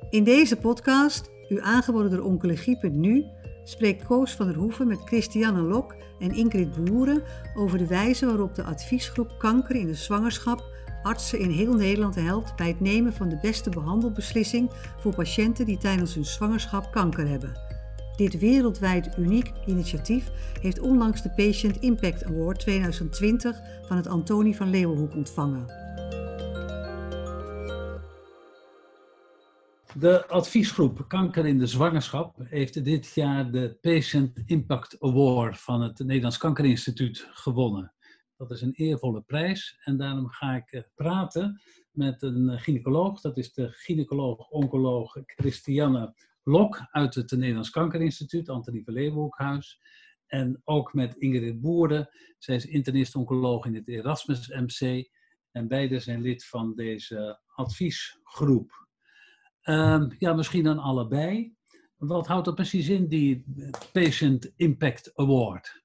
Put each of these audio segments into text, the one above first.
In deze podcast, u aangeboden door Oncologie.nu, spreekt Koos van der Hoeven met Christiane Lok en Ingrid Boeren over de wijze waarop de adviesgroep Kanker in de Zwangerschap artsen in heel Nederland helpt bij het nemen van de beste behandelbeslissing voor patiënten die tijdens hun zwangerschap kanker hebben. Dit wereldwijd uniek initiatief heeft onlangs de Patient Impact Award 2020 van het Antonie van Leeuwenhoek ontvangen. De adviesgroep Kanker in de Zwangerschap heeft dit jaar de Patient Impact Award van het Nederlands Kankerinstituut gewonnen. Dat is een eervolle prijs en daarom ga ik praten met een gynaecoloog. Dat is de gynaecoloog-oncoloog Christiane Lok uit het Nederlands Kankerinstituut, Antonie van Leeuwenhoekhuis. En ook met Ingrid Boeren. Zij is internist-oncoloog in het Erasmus MC. En beide zijn lid van deze adviesgroep. Misschien dan allebei. Wat houdt dat precies in, die Patient Impact Award?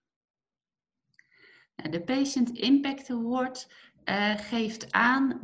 De Patient Impact Award geeft aan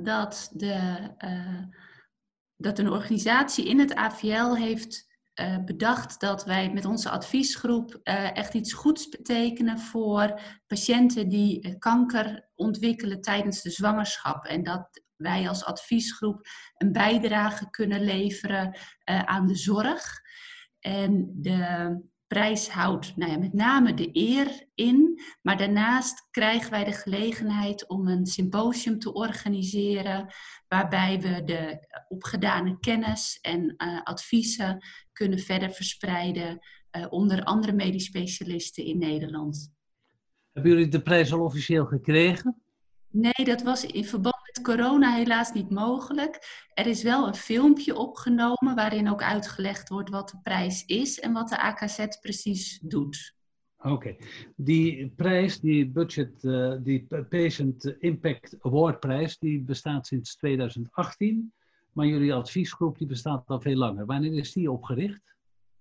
dat een organisatie in het AVL heeft bedacht dat wij met onze adviesgroep echt iets goeds betekenen voor patiënten die kanker ontwikkelen tijdens de zwangerschap. En dat wij als adviesgroep een bijdrage kunnen leveren aan de zorg. En de prijs houdt met name de eer in, maar daarnaast krijgen wij de gelegenheid om een symposium te organiseren waarbij we de opgedane kennis en adviezen kunnen verder verspreiden onder andere medisch specialisten in Nederland. Hebben jullie de prijs al officieel gekregen? Nee, dat was in verband met corona helaas niet mogelijk. Er is wel een filmpje opgenomen waarin ook uitgelegd wordt wat de prijs is en wat de AKZ precies doet. Oké. Die prijs, die Patient Impact Award prijs, die bestaat sinds 2018. Maar jullie adviesgroep die bestaat al veel langer. Wanneer is die opgericht?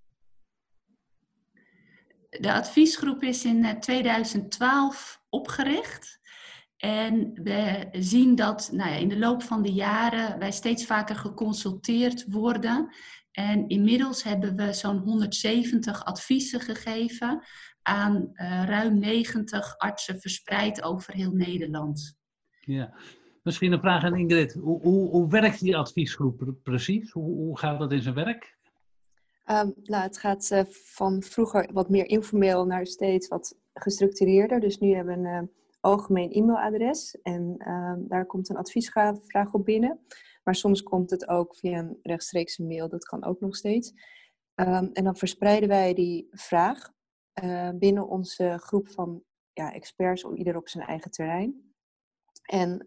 De adviesgroep is in 2012 opgericht. En we zien dat in de loop van de jaren wij steeds vaker geconsulteerd worden. En inmiddels hebben we zo'n 170 adviezen gegeven aan ruim 90 artsen verspreid over heel Nederland. Ja, misschien een vraag aan Ingrid. Hoe werkt die adviesgroep precies? Hoe gaat dat in zijn werk? Het gaat van vroeger wat meer informeel naar steeds wat gestructureerder. Dus nu hebben we een algemeen e-mailadres en daar komt een adviesvraag op binnen. Maar soms komt het ook via een rechtstreekse mail, dat kan ook nog steeds. En dan verspreiden wij die vraag binnen onze groep van experts, ieder op zijn eigen terrein. En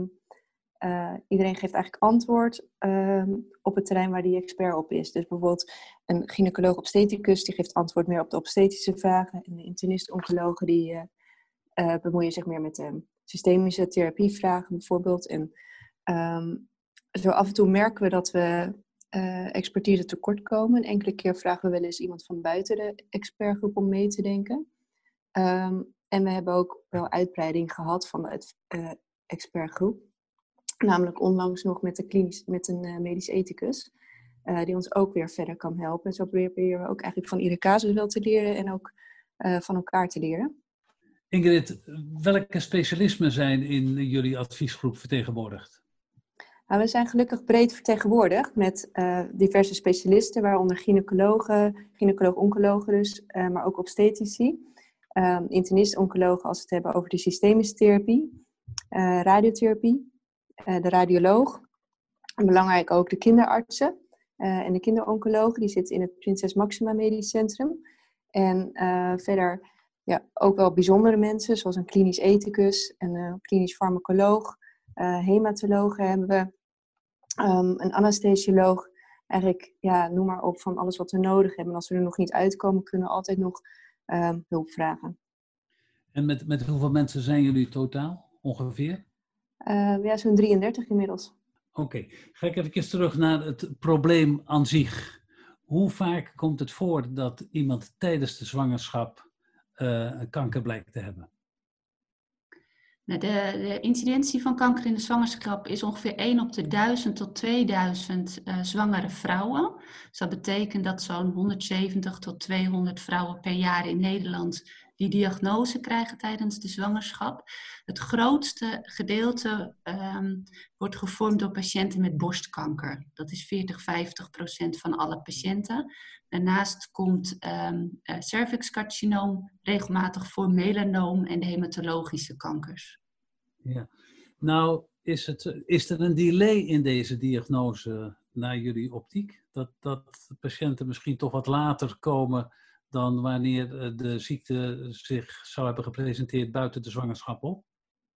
iedereen geeft eigenlijk antwoord op het terrein waar die expert op is. Dus bijvoorbeeld een gynaecoloog-obstetricus die geeft antwoord meer op de obstetrische vragen. En de internist-oncologen die bemoeien zich meer met de systemische therapievragen bijvoorbeeld. En zo af en toe merken we dat we expertise tekort komen. Enkele keer vragen we wel eens iemand van buiten de expertgroep om mee te denken. En we hebben ook wel uitbreiding gehad van de expertgroep. Namelijk onlangs nog met een medisch ethicus. Die ons ook weer verder kan helpen. En zo proberen we ook eigenlijk van iedere casus wel te leren en ook van elkaar te leren. Ingrid, welke specialismen zijn in jullie adviesgroep vertegenwoordigd? We zijn gelukkig breed vertegenwoordigd met diverse specialisten, waaronder gynaecologen, gynaecoloog-oncologen dus, maar ook obstetrici, internist-oncologen als we het hebben over de systemische therapie, radiotherapie, de radioloog, en belangrijk ook de kinderartsen en de kinderoncologen, die zitten in het Prinses Maxima Medisch Centrum. En verder ook wel bijzondere mensen, zoals een klinisch ethicus, een klinisch farmacoloog, hematologen hebben we, een anesthesioloog. Eigenlijk, noem maar op, van alles wat we nodig hebben. En als we er nog niet uitkomen, kunnen we altijd nog hulp vragen. En met hoeveel mensen zijn jullie totaal ongeveer? Zo'n 33 inmiddels. Oké. Ga ik even terug naar het probleem aan zich. Hoe vaak komt het voor dat iemand tijdens de zwangerschap kanker blijkt te hebben? Nou, de incidentie van kanker in de zwangerschap is ongeveer 1 op de 1000 tot 2000 zwangere vrouwen. Dus dat betekent dat zo'n 170 tot 200 vrouwen per jaar in Nederland die diagnose krijgen tijdens de zwangerschap. Het grootste gedeelte wordt gevormd door patiënten met borstkanker. Dat is 40-50% van alle patiënten. Daarnaast komt cervixcarcinoom regelmatig voor, melanoom en de hematologische kankers. Ja. Nou, is er een delay in deze diagnose naar jullie optiek? Dat patiënten misschien toch wat later komen dan wanneer de ziekte zich zou hebben gepresenteerd buiten de zwangerschap op?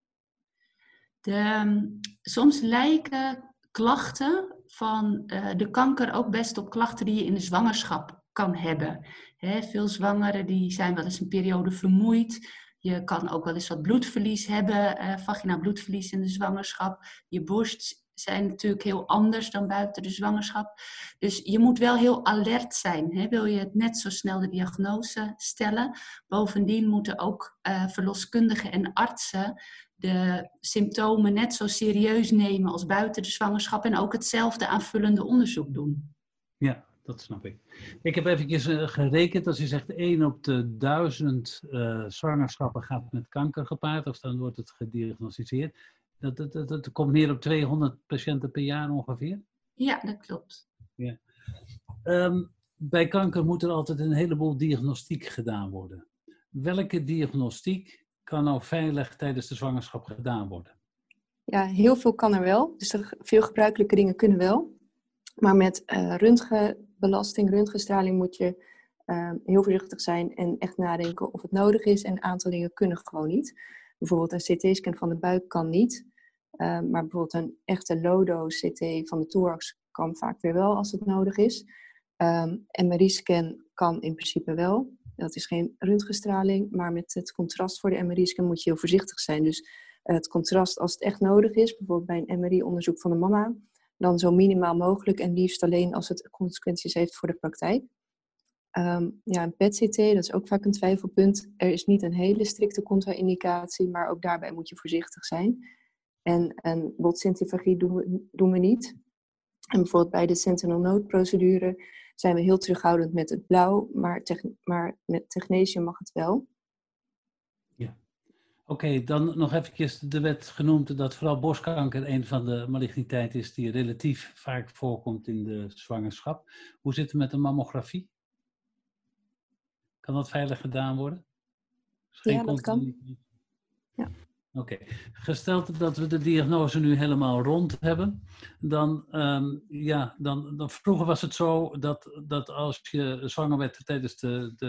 Soms lijken klachten van de kanker ook best op klachten die je in de zwangerschap kan hebben. Veel zwangeren die zijn wel eens een periode vermoeid. Je kan ook wel eens wat bloedverlies hebben, vaginaal bloedverlies in de zwangerschap. Je borst zijn natuurlijk heel anders dan buiten de zwangerschap. Dus je moet wel heel alert zijn. Wil je het net zo snel de diagnose stellen? Bovendien moeten ook verloskundigen en artsen de symptomen net zo serieus nemen als buiten de zwangerschap en ook hetzelfde aanvullende onderzoek doen. Ja, dat snap ik. Ik heb eventjes gerekend, als je zegt 1 op de 1000 zwangerschappen gaat met kanker gepaard, of dan wordt het gediagnosticeerd. Dat komt neer op 200 patiënten per jaar ongeveer? Ja, dat klopt. Ja. Bij kanker moet er altijd een heleboel diagnostiek gedaan worden. Welke diagnostiek kan nou veilig tijdens de zwangerschap gedaan worden? Ja, heel veel kan er wel. Dus veel gebruikelijke dingen kunnen wel. Maar met röntgenbelasting, röntgenstraling moet je heel voorzichtig zijn en echt nadenken of het nodig is. En een aantal dingen kunnen gewoon niet. Bijvoorbeeld een CT-scan van de buik kan niet. Maar bijvoorbeeld een echte low-dose CT van de thorax kan vaak weer wel als het nodig is. MRI-scan kan in principe wel. Dat is geen röntgenstraling, maar met het contrast voor de MRI-scan moet je heel voorzichtig zijn. Dus het contrast als het echt nodig is, bijvoorbeeld bij een MRI-onderzoek van de mama, dan zo minimaal mogelijk en liefst alleen als het consequenties heeft voor de praktijk. Een PET-CT, dat is ook vaak een twijfelpunt. Er is niet een hele strikte contra-indicatie, maar ook daarbij moet je voorzichtig zijn. En een botcentrifugie doen we niet. En bijvoorbeeld bij de sentinel node procedure zijn we heel terughoudend met het blauw, maar met technetium mag het wel. Ja. Oké, dan nog eventjes, er werd genoemd dat vooral borstkanker een van de maligniteiten is die relatief vaak voorkomt in de zwangerschap. Hoe zit het met de mammografie? Kan dat veilig gedaan worden? Ja, dat kan. Ja. Oké. Gesteld dat we de diagnose nu helemaal rond hebben, dan vroeger was het zo dat als je zwanger werd tijdens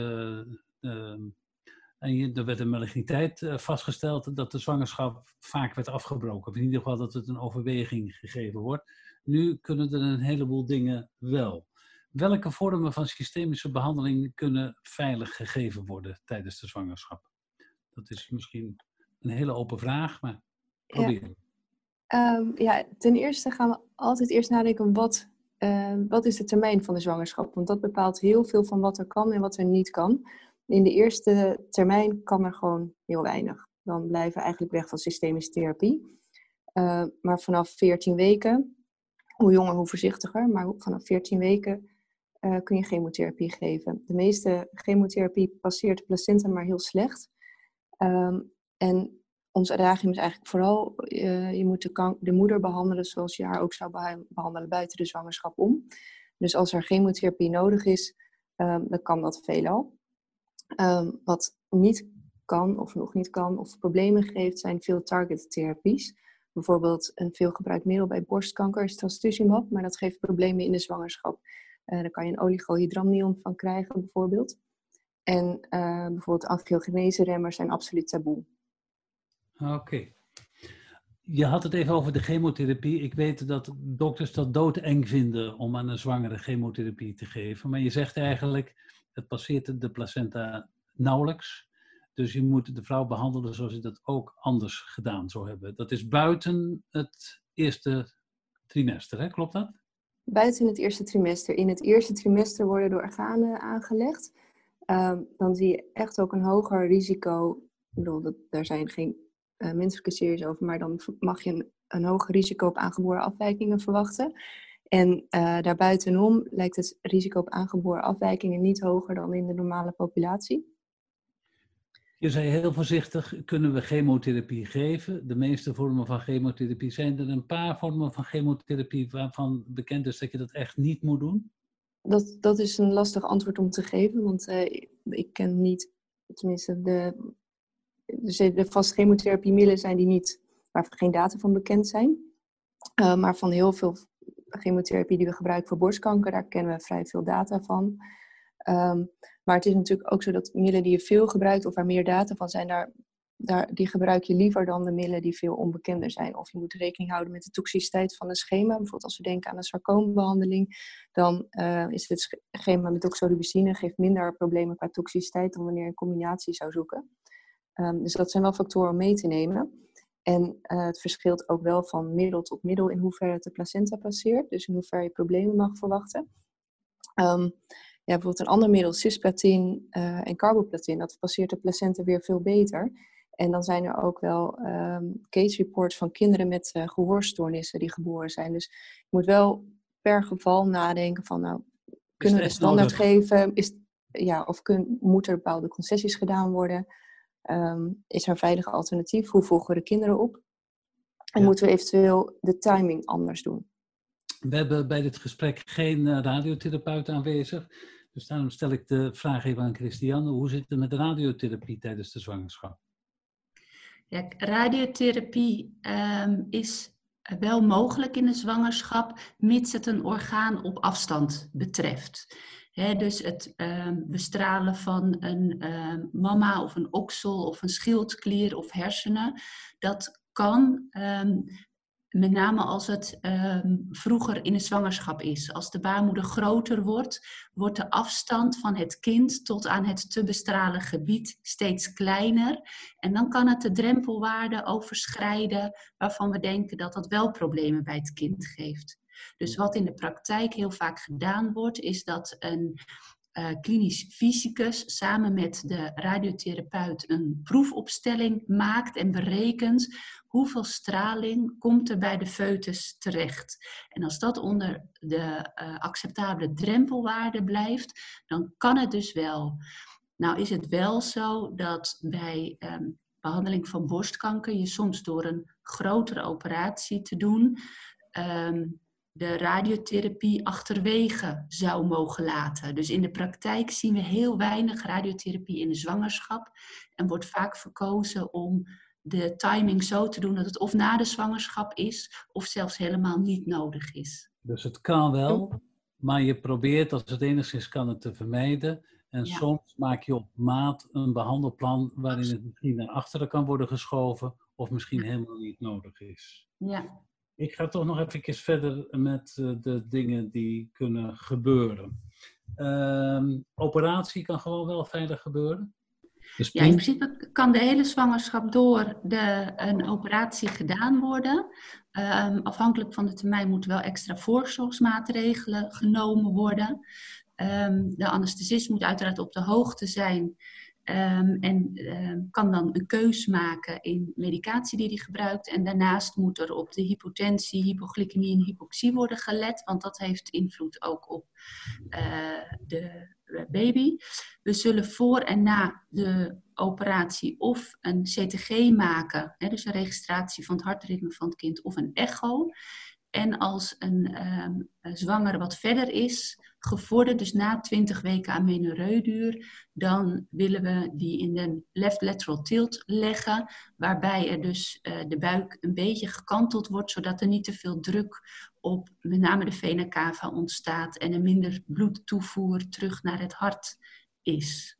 en er werd een maligniteit vastgesteld dat de zwangerschap vaak werd afgebroken. Of in ieder geval dat het een overweging gegeven wordt. Nu kunnen er een heleboel dingen wel. Welke vormen van systemische behandeling kunnen veilig gegeven worden tijdens de zwangerschap? Dat is misschien een hele open vraag, maar probeer. Ten eerste gaan we altijd eerst nadenken wat is de termijn van de zwangerschap? Want dat bepaalt heel veel van wat er kan en wat er niet kan. In de eerste termijn kan er gewoon heel weinig. Dan blijven we eigenlijk weg van systemische therapie. Maar vanaf 14 weken, hoe jonger hoe voorzichtiger, maar vanaf 14 weken kun je chemotherapie geven. De meeste chemotherapie passeert de placenta maar heel slecht. En ons adagium is eigenlijk vooral, je moet de moeder behandelen zoals je haar ook zou behandelen buiten de zwangerschap om. Dus als er chemotherapie nodig is, dan kan dat veelal. Wat niet kan of nog niet kan of problemen geeft zijn veel targeted therapies. Bijvoorbeeld een veelgebruikt middel bij borstkanker is trastuzumab, maar dat geeft problemen in de zwangerschap. Daar kan je een oligohydramnion van krijgen bijvoorbeeld. En bijvoorbeeld angiogenese-remmers zijn absoluut taboe. Oké. Je had het even over de chemotherapie. Ik weet dat dokters dat doodeng vinden om aan een zwangere chemotherapie te geven. Maar je zegt eigenlijk, het passeert de placenta nauwelijks. Dus je moet de vrouw behandelen zoals je dat ook anders gedaan zou hebben. Dat is buiten het eerste trimester, hè? Klopt dat? Buiten het eerste trimester. In het eerste trimester worden de organen aangelegd. Dan zie je echt ook een hoger risico. Ik bedoel, daar zijn geen menselijke series over, maar dan mag je een hoger risico op aangeboren afwijkingen verwachten. En daarbuitenom lijkt het risico op aangeboren afwijkingen niet hoger dan in de normale populatie. Je zei heel voorzichtig, kunnen we chemotherapie geven? De meeste vormen van chemotherapie. Zijn er een paar vormen van chemotherapie waarvan bekend is dat je dat echt niet moet doen? Dat is een lastig antwoord om te geven, want ik ken niet, tenminste de vaste chemotherapiemiddelen zijn die niet, waar geen data van bekend zijn. Maar van heel veel chemotherapie die we gebruiken voor borstkanker, daar kennen we vrij veel data van. Maar het is natuurlijk ook zo dat middelen die je veel gebruikt of waar meer data van zijn, die gebruik je liever dan de middelen die veel onbekender zijn. Of je moet rekening houden met de toxiciteit van een schema. Bijvoorbeeld als we denken aan een sarcoombehandeling, dan is het schema met doxorubicine geeft minder problemen qua toxiciteit dan wanneer je een combinatie zou zoeken. Dus dat zijn wel factoren om mee te nemen. En het verschilt ook wel van middel tot middel in hoeverre het de placenta passeert. Dus in hoeverre je problemen mag verwachten. Bijvoorbeeld een ander middel, cisplatin en carboplatin, dat passeert de placenta weer veel beter. En dan zijn er ook wel case reports van kinderen met gehoorstoornissen die geboren zijn. Dus je moet wel per geval nadenken van, kunnen we de standaard geven? Moeten er bepaalde concessies gedaan worden? Is er een veilig alternatief? Hoe volgen we de kinderen op? En moeten we eventueel de timing anders doen? We hebben bij dit gesprek geen radiotherapeut aanwezig. Dus daarom stel ik de vraag even aan Christiane. Hoe zit het met radiotherapie tijdens de zwangerschap? Ja, radiotherapie is wel mogelijk in de zwangerschap, mits het een orgaan op afstand betreft. Dus het bestralen van een mama of een oksel of een schildklier of hersenen, dat kan, met name als het vroeger in de zwangerschap is. Als de baarmoeder groter wordt, wordt de afstand van het kind tot aan het te bestralen gebied steeds kleiner. En dan kan het de drempelwaarde overschrijden waarvan we denken dat dat wel problemen bij het kind geeft. Dus wat in de praktijk heel vaak gedaan wordt, is dat een klinisch fysicus samen met de radiotherapeut een proefopstelling maakt en berekent hoeveel straling komt er bij de foetus terecht. En als dat onder de acceptabele drempelwaarde blijft, dan kan het dus wel. Nou is het wel zo dat bij behandeling van borstkanker je soms door een grotere operatie te doen de radiotherapie achterwege zou mogen laten. Dus in de praktijk zien we heel weinig radiotherapie in de zwangerschap en wordt vaak verkozen om de timing zo te doen dat het of na de zwangerschap is of zelfs helemaal niet nodig is. Dus het kan wel, maar je probeert als het enigszins kan het te vermijden. En soms maak je op maat een behandelplan waarin het misschien naar achteren kan worden geschoven of misschien helemaal niet nodig is. Ja. Ik ga toch nog even verder met de dingen die kunnen gebeuren. Operatie kan gewoon wel veilig gebeuren? Ja, in principe kan de hele zwangerschap door een operatie gedaan worden. Afhankelijk van de termijn moeten wel extra voorzorgsmaatregelen genomen worden. De anesthesist moet uiteraard op de hoogte zijn en kan dan een keus maken in medicatie die hij gebruikt. En daarnaast moet er op de hypotensie, hypoglycemie en hypoxie worden gelet, want dat heeft invloed ook op de baby. We zullen voor en na de operatie of een CTG maken, dus een registratie van het hartritme van het kind, of een echo. En als een zwangere wat verder is, gevorderd, dus na 20 weken amenorrheuduur, dan willen we die in de left lateral tilt leggen, waarbij er dus de buik een beetje gekanteld wordt, zodat er niet te veel druk op met name de vena cava ontstaat en er minder bloedtoevoer terug naar het hart is.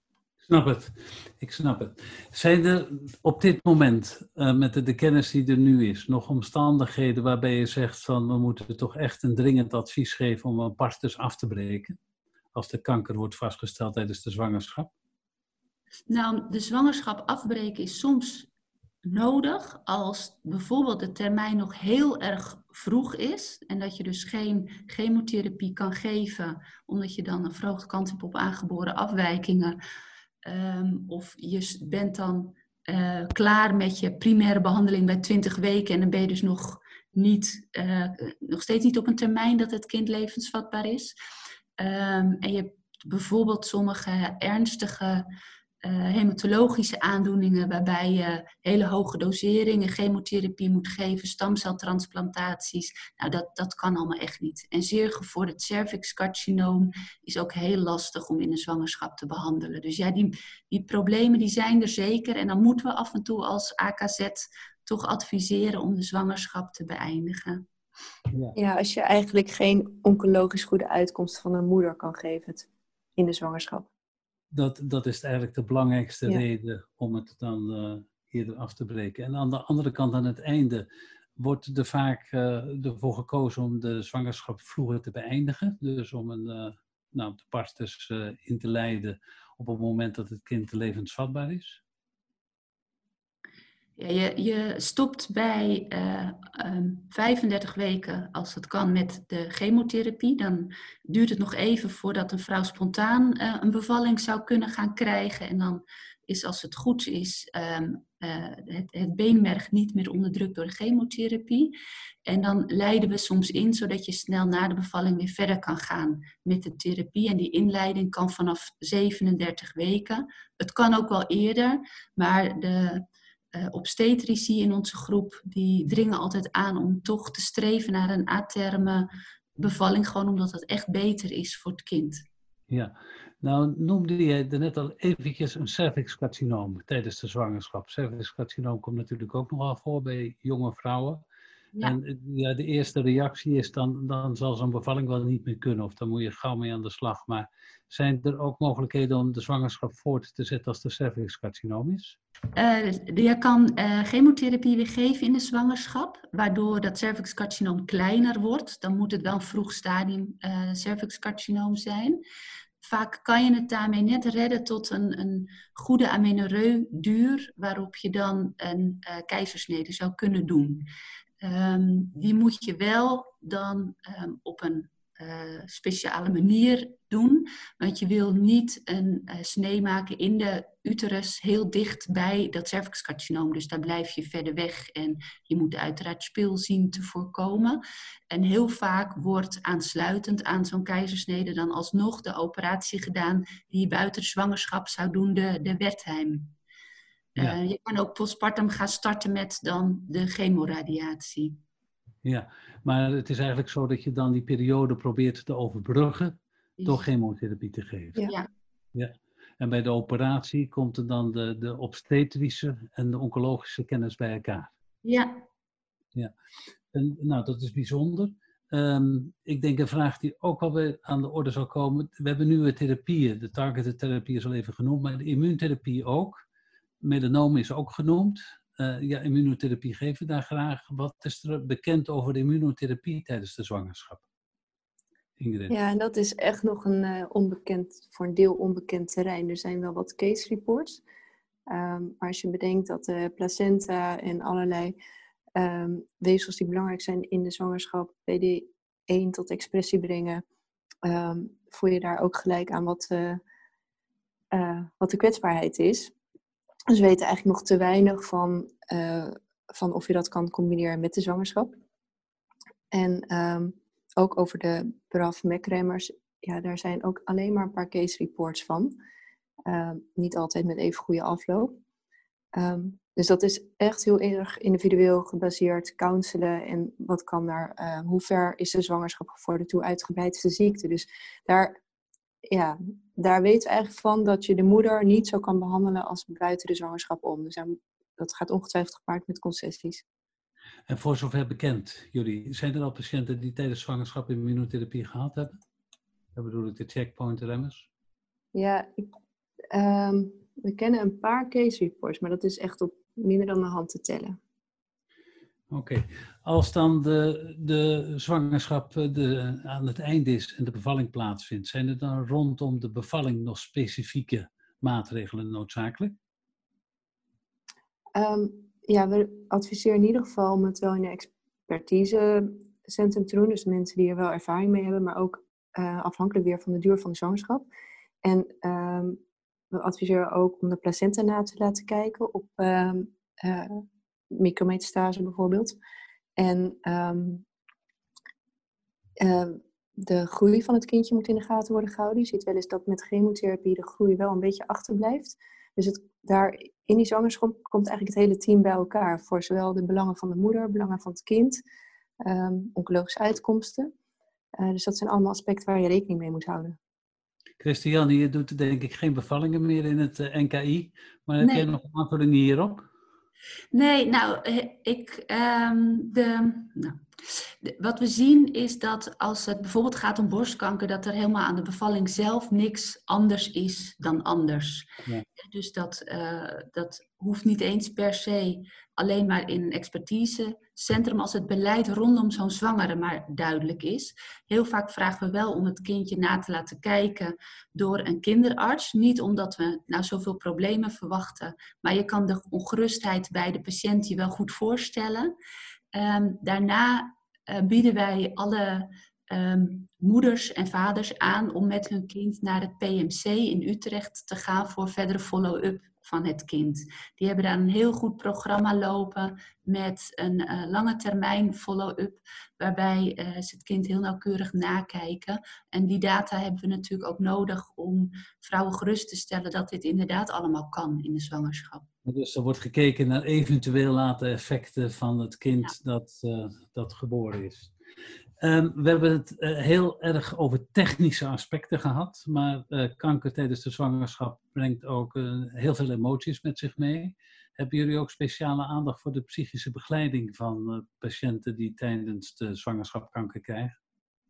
Ik snap het. Zijn er op dit moment, met de kennis die er nu is, nog omstandigheden waarbij je zegt van we moeten toch echt een dringend advies geven om een partus af te breken, als de kanker wordt vastgesteld tijdens de zwangerschap? Nou, de zwangerschap afbreken is soms nodig als bijvoorbeeld de termijn nog heel erg vroeg is en dat je dus geen chemotherapie kan geven omdat je dan een verhoogde kans hebt op aangeboren afwijkingen. Of je bent dan klaar met je primaire behandeling bij 20 weken en dan ben je dus nog steeds niet op een termijn dat het kind levensvatbaar is. En je hebt bijvoorbeeld sommige ernstige hematologische aandoeningen waarbij je hele hoge doseringen chemotherapie moet geven, stamceltransplantaties. Nou, dat kan allemaal echt niet. En zeer gevorderd cervixcarcinoom is ook heel lastig om in een zwangerschap te behandelen. Dus ja, die problemen die zijn er zeker. En dan moeten we af en toe als AKZ toch adviseren om de zwangerschap te beëindigen. Ja, als je eigenlijk geen oncologisch goede uitkomst van een moeder kan geven in de zwangerschap. Dat is eigenlijk de belangrijkste reden om het dan eerder af te breken. En aan de andere kant, aan het einde, wordt er vaak ervoor gekozen om de zwangerschap vroeger te beëindigen. Dus om de partners in te leiden op het moment dat het kind levensvatbaar is. Ja, je stopt bij 35 weken, als het kan, met de chemotherapie. Dan duurt het nog even voordat een vrouw spontaan een bevalling zou kunnen gaan krijgen. En dan is, als het goed is, het beenmerg niet meer onderdrukt door de chemotherapie. En dan leiden we soms in, zodat je snel na de bevalling weer verder kan gaan met de therapie. En die inleiding kan vanaf 37 weken. Het kan ook wel eerder, maar de obstetrici in onze groep, die dringen altijd aan om toch te streven naar een aterme bevalling, gewoon omdat dat echt beter is voor het kind. Ja, nou noemde je net al eventjes een cervixcarcinoom tijdens de zwangerschap. Cervixcarcinoom komt natuurlijk ook nogal voor bij jonge vrouwen. Ja. En ja, de eerste reactie is dan zal zo'n bevalling wel niet meer kunnen, of dan moet je gauw mee aan de slag. Maar zijn er ook mogelijkheden om de zwangerschap voort te zetten als de cervixcarcinoom is? Je kan chemotherapie weer geven in de zwangerschap, waardoor dat cervixcarcinoom kleiner wordt. Dan moet het wel een vroeg stadium cervixcarcinoom zijn. Vaak kan je het daarmee net redden tot een goede amenorrheuduur, waarop je dan een keizersnede zou kunnen doen. Die moet je wel dan op een speciale manier doen, want je wil niet een snee maken in de uterus heel dicht bij dat cervixcarcinoom. Dus daar blijf je verder weg en je moet uiteraard spil zien te voorkomen. En heel vaak wordt aansluitend aan zo'n keizersnede dan alsnog de operatie gedaan die je buiten de zwangerschap zou doen, de Wertheim. Ja. Je kan ook postpartum gaan starten met dan de chemoradiatie. Ja, maar het is eigenlijk zo dat je dan die periode probeert te overbruggen door chemotherapie te geven. Ja. En bij de operatie komt er dan de obstetrische en de oncologische kennis bij elkaar. Ja. En, nou, dat is bijzonder. Ik denk een vraag die ook wel weer aan de orde zal komen. We hebben nieuwe therapieën. De targeted therapie is al even genoemd, maar de immuuntherapie ook. Melanoom is ook genoemd. Immunotherapie geven we daar graag. Wat is er bekend over de immunotherapie tijdens de zwangerschap? Ingrid? Ja, en dat is echt nog voor een deel onbekend terrein. Er zijn wel wat case reports. Maar als je bedenkt dat de placenta en allerlei weefsels die belangrijk zijn in de zwangerschap PD1 tot expressie brengen, voel je daar ook gelijk aan wat de kwetsbaarheid is. Dus we weten eigenlijk nog te weinig van of je dat kan combineren met de zwangerschap. En ook over de BRAF-MEK-remmers, ja, daar zijn ook alleen maar een paar case reports van. Niet altijd met even goede afloop. Dus dat is echt heel erg individueel gebaseerd, counselen en wat kan daar, hoe ver is de zwangerschap gevorderd, hoe uitgebreid is de ziekte. Dus daar weten we eigenlijk van dat je de moeder niet zo kan behandelen als buiten de zwangerschap om. Dus dat gaat ongetwijfeld gepaard met concessies. En voor zover bekend, jullie, zijn er al patiënten die tijdens zwangerschap immunotherapie gehad hebben? Dat bedoel ik de checkpoint-remmers? Ja, we kennen een paar case reports, maar dat is echt op minder dan een hand te tellen. Oké. Als dan de zwangerschap aan het eind is en de bevalling plaatsvindt, zijn er dan rondom de bevalling nog specifieke maatregelen noodzakelijk? We adviseren in ieder geval om het wel in een expertisecentrum te doen. Dus mensen die er wel ervaring mee hebben, maar ook afhankelijk weer van de duur van de zwangerschap. En we adviseren ook om de placenta na te laten kijken op micrometastase bijvoorbeeld. En de groei van het kindje moet in de gaten worden gehouden. Je ziet wel eens dat met chemotherapie de groei wel een beetje achterblijft. Dus in die zwangerschap komt eigenlijk het hele team bij elkaar. Voor zowel de belangen van de moeder, belangen van het kind, oncologische uitkomsten. Dus dat zijn allemaal aspecten waar je rekening mee moet houden. Christiane, je doet denk ik geen bevallingen meer in het NKI. Maar heb jij nog een aanvulling hierop? Nee, wat we zien is dat als het bijvoorbeeld gaat om borstkanker, dat er helemaal aan de bevalling zelf niks anders is dan anders. Ja. Dus dat hoeft niet eens per se alleen maar in een expertisecentrum als het beleid rondom zo'n zwangere maar duidelijk is. Heel vaak vragen we wel om het kindje na te laten kijken door een kinderarts. Niet omdat we nou zoveel problemen verwachten, maar je kan de ongerustheid bij de patiënt je wel goed voorstellen. Daarna bieden wij alle moeders en vaders aan om met hun kind naar het PMC in Utrecht te gaan voor verdere follow-up van het kind. Die hebben daar een heel goed programma lopen met een lange termijn follow-up, waarbij ze het kind heel nauwkeurig nakijken. En die data hebben we natuurlijk ook nodig om vrouwen gerust te stellen dat dit inderdaad allemaal kan in de zwangerschap. Dus er wordt gekeken naar eventueel later effecten van het kind dat geboren is. We hebben het heel erg over technische aspecten gehad, maar kanker tijdens de zwangerschap brengt ook heel veel emoties met zich mee. Hebben jullie ook speciale aandacht voor de psychische begeleiding van patiënten die tijdens de zwangerschap kanker krijgen?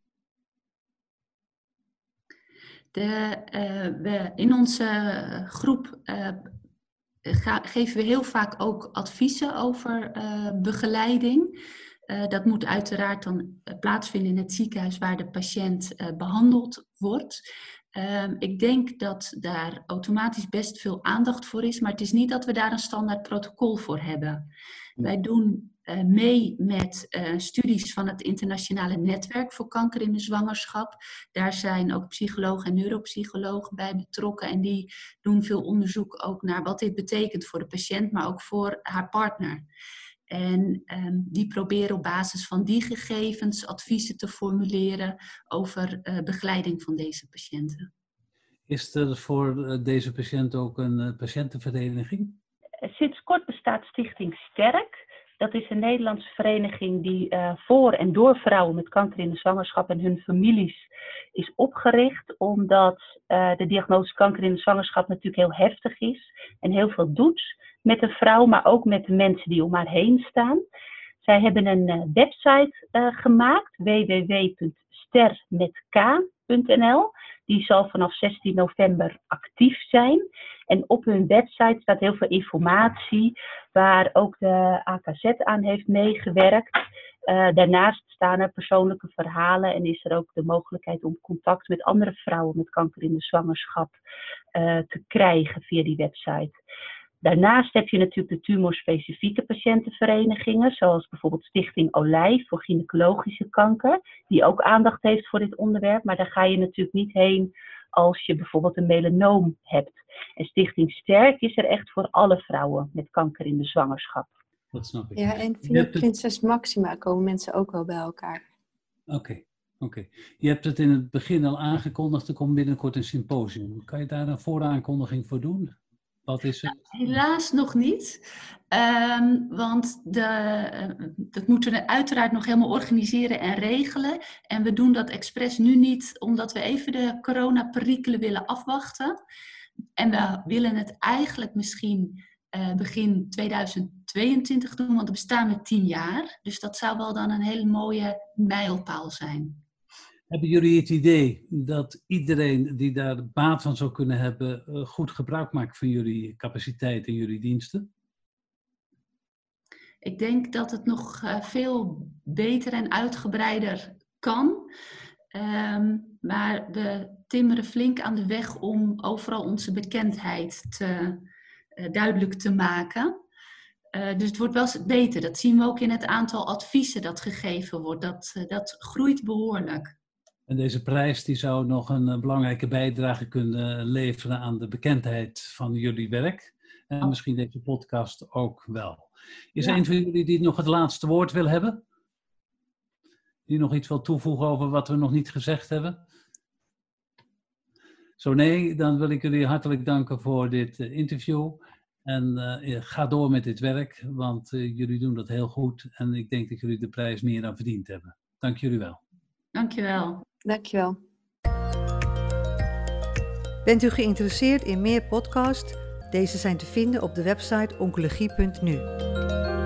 In onze groep geven we heel vaak ook adviezen over begeleiding. Dat moet uiteraard dan plaatsvinden in het ziekenhuis waar de patiënt behandeld wordt. Ik denk dat daar automatisch best veel aandacht voor is, maar het is niet dat we daar een standaard protocol voor hebben. Wij doen mee met studies van het internationale netwerk voor kanker in de zwangerschap. Daar zijn ook psychologen en neuropsychologen bij betrokken en die doen veel onderzoek ook naar wat dit betekent voor de patiënt, maar ook voor haar partner. En die proberen op basis van die gegevens adviezen te formuleren over begeleiding van deze patiënten. Is er voor deze patiënt ook een patiëntenvereniging? Sinds kort bestaat Stichting Sterk. Dat is een Nederlandse vereniging die voor en door vrouwen met kanker in de zwangerschap en hun families is opgericht. Omdat de diagnose kanker in de zwangerschap natuurlijk heel heftig is en heel veel doet met een vrouw, maar ook met de mensen die om haar heen staan. Zij hebben een website gemaakt, www.stermetka.nl. Die zal vanaf 16 november actief zijn. En op hun website staat heel veel informatie waar ook de AKZ aan heeft meegewerkt. Daarnaast staan er persoonlijke verhalen en is er ook de mogelijkheid om contact met andere vrouwen met kanker in de zwangerschap te krijgen via die website. Daarnaast heb je natuurlijk de tumorspecifieke patiëntenverenigingen, zoals bijvoorbeeld Stichting Olijf voor gynaecologische kanker, die ook aandacht heeft voor dit onderwerp. Maar daar ga je natuurlijk niet heen als je bijvoorbeeld een melanoom hebt. En Stichting Sterk is er echt voor alle vrouwen met kanker in de zwangerschap. Dat snap ik. Ja, en via Prinses Maxima komen mensen ook wel bij elkaar. Oké. Je hebt het in het begin al aangekondigd, er komt binnenkort een symposium. Kan je daar een vooraankondiging voor doen? Wat is het? Helaas nog niet, want dat moeten we uiteraard nog helemaal organiseren en regelen. En we doen dat expres nu niet, omdat we even de coronaperikelen willen afwachten. En we willen het eigenlijk misschien begin 2022 doen, want we bestaan met 10 jaar. Dus dat zou wel dan een hele mooie mijlpaal zijn. Hebben jullie het idee dat iedereen die daar baat van zou kunnen hebben, goed gebruik maakt van jullie capaciteit en jullie diensten? Ik denk dat het nog veel beter en uitgebreider kan. Maar we timmeren flink aan de weg om overal onze bekendheid duidelijk te maken. Dus het wordt wel beter. Dat zien we ook in het aantal adviezen dat gegeven wordt. Dat groeit behoorlijk. En deze prijs die zou nog een belangrijke bijdrage kunnen leveren aan de bekendheid van jullie werk. En misschien deze podcast ook wel. Is er een van jullie die nog het laatste woord wil hebben? Die nog iets wil toevoegen over wat we nog niet gezegd hebben? Zo nee, dan wil ik jullie hartelijk danken voor dit interview. En ga door met dit werk, want jullie doen dat heel goed. En ik denk dat jullie de prijs meer dan verdiend hebben. Dank jullie wel. Dank je wel. Dank je wel. Bent u geïnteresseerd in meer podcasts? Deze zijn te vinden op de website oncologie.nu.